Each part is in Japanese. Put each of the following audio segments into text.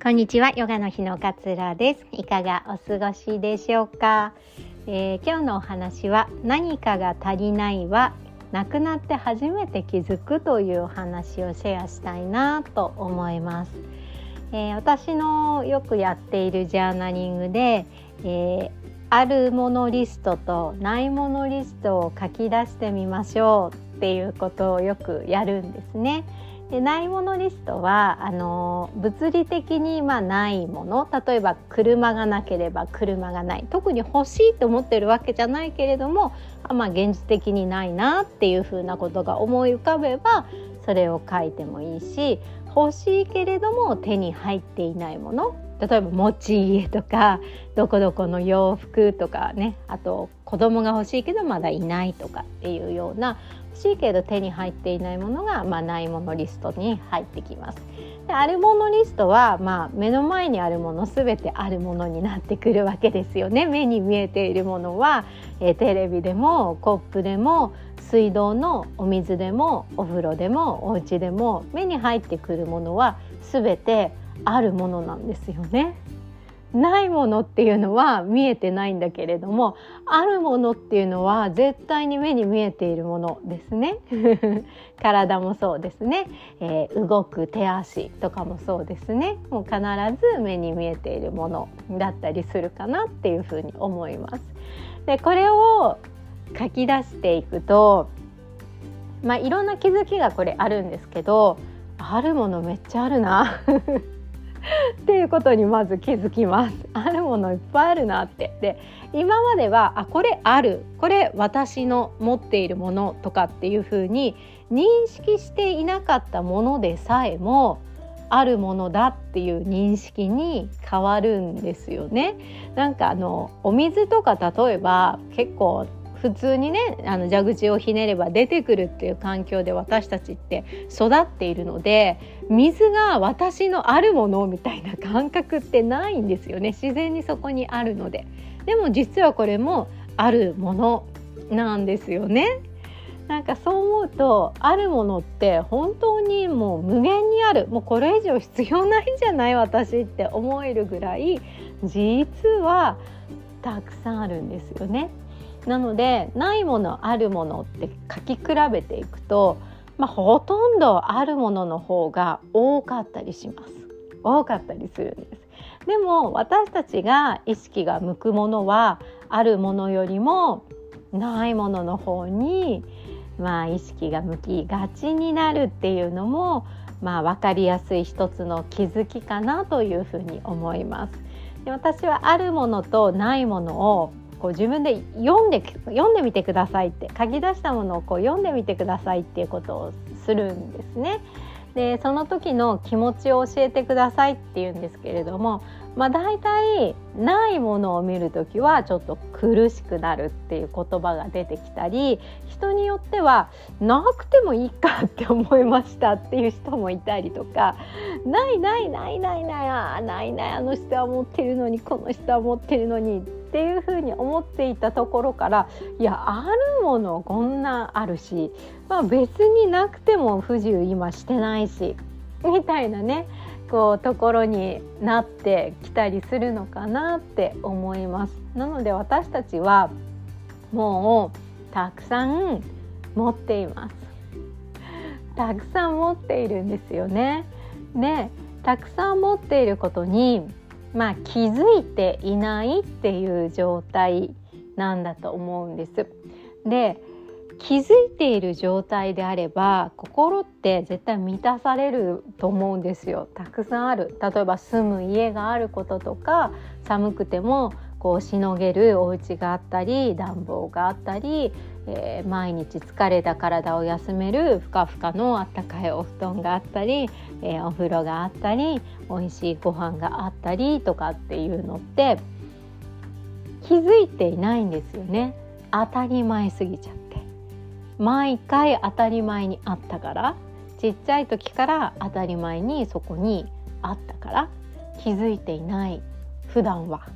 こんにちは、ヨガの日の桂です。いかがお過ごしでしょうか。今日のお話は何かが足りないはなくなって初めて気づくというお話をシェアしたいなと思います。私のよくやっているジャーナリングで、あるものリストとないものリストを書き出してみましょうっていうことをよくやるんですね。で、ないものリストは物理的にないもの、例えば車がなければ車がない、特に欲しいと思ってるわけじゃないけれども、現実的にないなっていうふうなことが思い浮かべばそれを書いてもいいし、欲しいけれども手に入っていないもの、例えば持ち家とかどこどこの洋服とかね、あと子供が欲しいけどまだいないとかっていうような、欲しいけど手に入っていないものが、ないものリストに入ってきます。で、あるものリストは、目の前にあるもの全てあるものになってくるわけですよね。目に見えているものは、テレビでもコップでも水道のお水でもお風呂でもお家でも、目に入ってくるものは全てあるものなんですよね。ないものっていうのは見えてないんだけれども、あるものっていうのは絶対に目に見えているものですね。体もそうですね、動く手足とかもそうですね。もう必ず目に見えているものだったりするかなっていうふうに思います。で、これを書き出していくと、いろんな気づきがこれあるんですけど、あるものめっちゃあるなっていうことにまず気づきます。あるものいっぱいあるなって。で、今まではこれある、これ私の持っているものとかっていうふうに認識していなかったものでさえもあるものだっていう認識に変わるんですよね。なんかお水とか例えば結構普通にね、蛇口をひねれば出てくるっていう環境で私たちって育っているので、水が私のあるものみたいな感覚ってないんですよね。自然にそこにあるので。でも実はこれもあるものなんですよね。なんかそう思うと、あるものって本当にもう無限にある、もうこれ以上必要ないんじゃない私って思えるぐらい、実はたくさんあるんですよね。なので、ないものあるものって書き比べていくと、ほとんどあるものの方が多かったりします。多かったりするんです。でも私たちが意識が向くものは、あるものよりもないものの方に意識が向きがちになるっていうのも、分かりやすい一つの気づきかなというふうに思います。で、私はあるものとないものを自分で読んでみてくださいって、書き出したものを読んでみてくださいっていうことをするんですね。で、その時の気持ちを教えてくださいっていうんですけれども、だいたいないものを見るときはちょっと苦しくなるっていう言葉が出てきたり、人によってはなくてもいいかって思いましたっていう人もいたりとか、ないないないないないないない、あの人は持ってるのにこの人は持ってるのにっていうふうに思っていたところから、いや、あるものこんなあるし、別になくても不自由今してないしみたいなね、ところになってきたりするのかなって思います。なので私たちはもうたくさん持っています。たくさん持っているんですよね。で、たくさん持っていることに気づいていないっていう状態なんだと思うんです。で、気づいている状態であれば心って絶対満たされると思うんですよ。たくさんある。例えば住む家があることとか、寒くてもしのげるお家があったり、暖房があったり、毎日疲れた体を休めるふかふかのあったかいお布団があったり、お風呂があったり、美味しいご飯があったりとかっていうのって気づいていないんですよね。当たり前すぎちゃって、毎回当たり前にあったから、ちっちゃい時から当たり前にそこにあったから気づいていない。普段は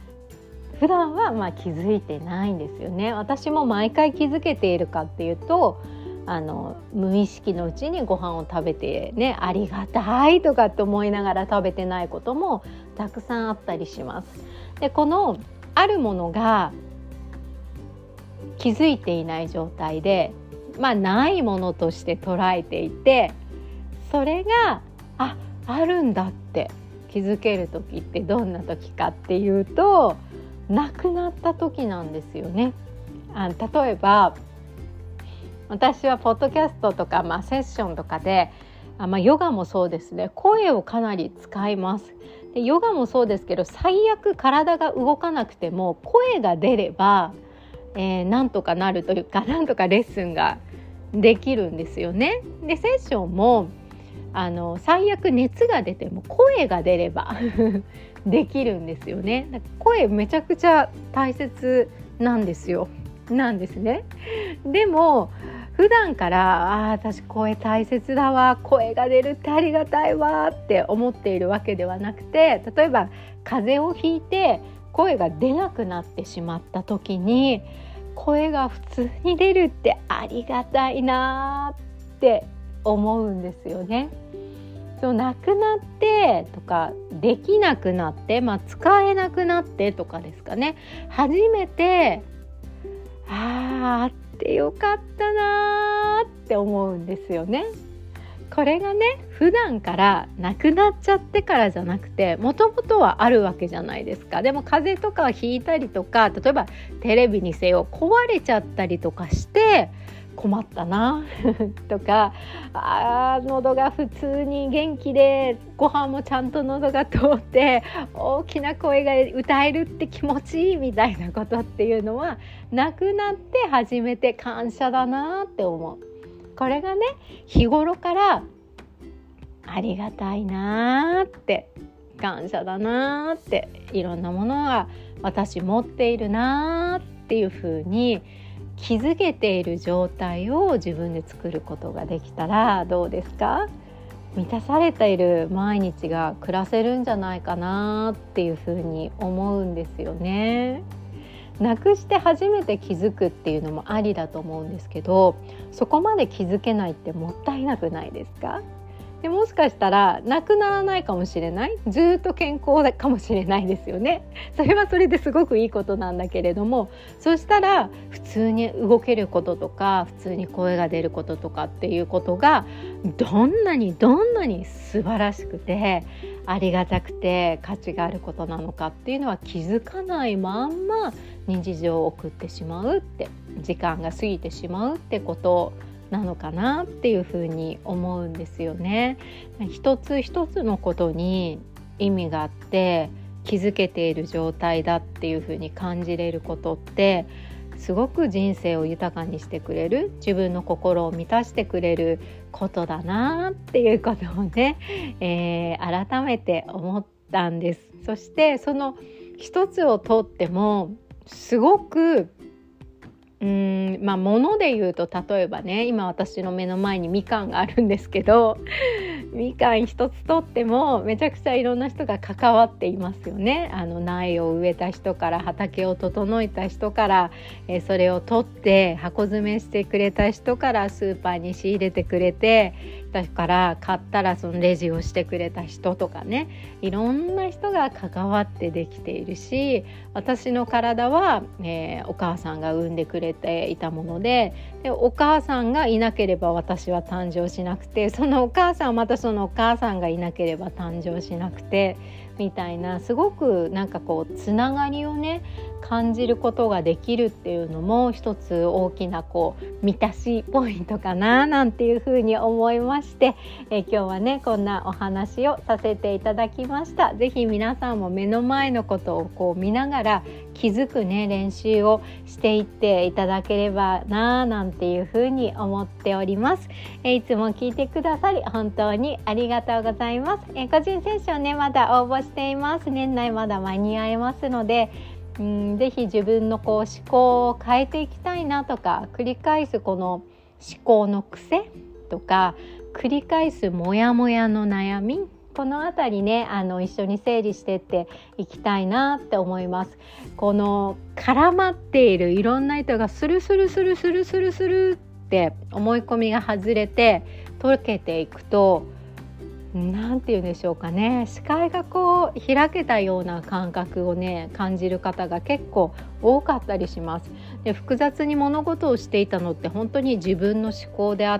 気づいてないんですよね。私も毎回気づけているかっていうと、 無意識のうちにご飯を食べてね、ありがたいとかって思いながら食べてないこともたくさんあったりします。でこのあるものが気づいていない状態で、ないものとして捉えていて、それがあるんだって気づける時ってどんな時かっていうと、なくなった時なんですよね。例えば私はポッドキャストとか、セッションとかでヨガもそうですね、声をかなり使います。でヨガもそうですけど、最悪体が動かなくても声が出れば、なんとかなるというか、なんとかレッスンができるんですよね。でセッションも最悪熱が出ても声が出ればできるんですよね。だから声めちゃくちゃ大切なんですね。でも普段から私声大切だわ、声が出るってありがたいわって思っているわけではなくて、例えば風邪をひいて声が出なくなってしまった時に、声が普通に出るってありがたいなって思うんですよね。なくなってとかできなくなって、使えなくなってとかですかね、初めてあってよかったなって思うんですよね。これがね、普段からなくなっちゃってからじゃなくて、もともとはあるわけじゃないですか。でも風邪とかひいたりとか、例えばテレビにせよ壊れちゃったりとかして困ったなとか、喉が普通に元気でご飯もちゃんと喉が通って大きな声が歌えるって気持ちいいみたいなことっていうのは、なくなって初めて感謝だなって思う。これがね、日頃からありがたいなって、感謝だなって、いろんなものが私持っているなっていう風に気づけている状態を自分で作ることができたらどうですか？満たされている毎日が暮らせるんじゃないかなっていうふうに思うんですよね。なくして初めて気づくっていうのもありだと思うんですけど、そこまで気づけないってもったいなくないですか？でもしかしたらなくならないかもしれない、ずっと健康かもしれないですよね。それはそれですごくいいことなんだけれども、そしたら普通に動けることとか、普通に声が出ることとかっていうことがどんなに素晴らしくてありがたくて価値があることなのかっていうのは気づかないまんま日常を送ってしまうって、時間が過ぎてしまうってことなのかなっていうふうに思うんですよね。一つ一つのことに意味があって気づけている状態だっていうふうに感じれることって、すごく人生を豊かにしてくれる、自分の心を満たしてくれることだなっていうことをね、改めて思ったんです。そしてその一つをとってもすごく物で言うと、例えばね、今私の目の前にみかんがあるんですけど、みかん一つとってもめちゃくちゃいろんな人が関わっていますよね。苗を植えた人から、畑を整えた人から、それを取って箱詰めしてくれた人から、スーパーに仕入れてくれて、だから買ったらそのレジをしてくれた人とかね、いろんな人が関わってできているし、私の体は、お母さんが産んでくれていたもので、お母さんがいなければ私は誕生しなくて、そのお母さんはまたそのお母さんがいなければ誕生しなくてみたいな、すごくつながりをね感じることができるっていうのも一つ大きな満たしポイントかななんていうふうに思いまして、今日はねこんなお話をさせていただきました。ぜひ皆さんも目の前のことを見ながら気づくね練習をしていっていただければななんていうふうに思っております。いつも聞いてくださり本当にありがとうございます。個人セッションねまだ応募しています。年内まだ間に合いますので、ぜひ自分の思考を変えていきたいなとか、繰り返すこの思考の癖とか、繰り返すモヤモヤの悩み、このあたりね一緒に整理してっていきたいなって思います。この絡まっているいろんな糸がスルスルスルスルスルスルって思い込みが外れて解けていくと、なんて言うんでしょうかね、視界がこう開けたような感覚をね感じる方が結構多かったりします。で、複雑に物事をしていたのって本当に自分の思考であって、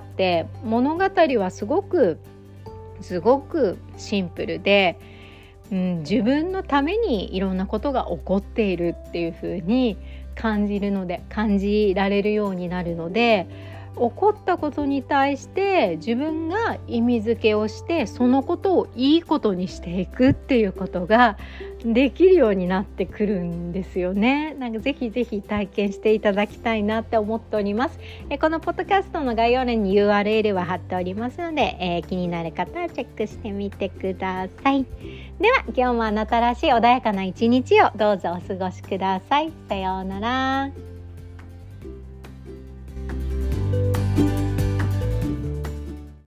物語はすごくシンプルで、自分のためにいろんなことが起こっているっていう風に感じられるようになるので、起こったことに対して自分が意味付けをして、そのことをいいことにしていくっていうことができるようになってくるんですよね。なんかぜひぜひ体験していただきたいなって思っております。このポッドキャストの概要欄に URL は貼っておりますので、気になる方はチェックしてみてください。では今日もあなたらしい穏やかな一日をどうぞお過ごしください。さようなら。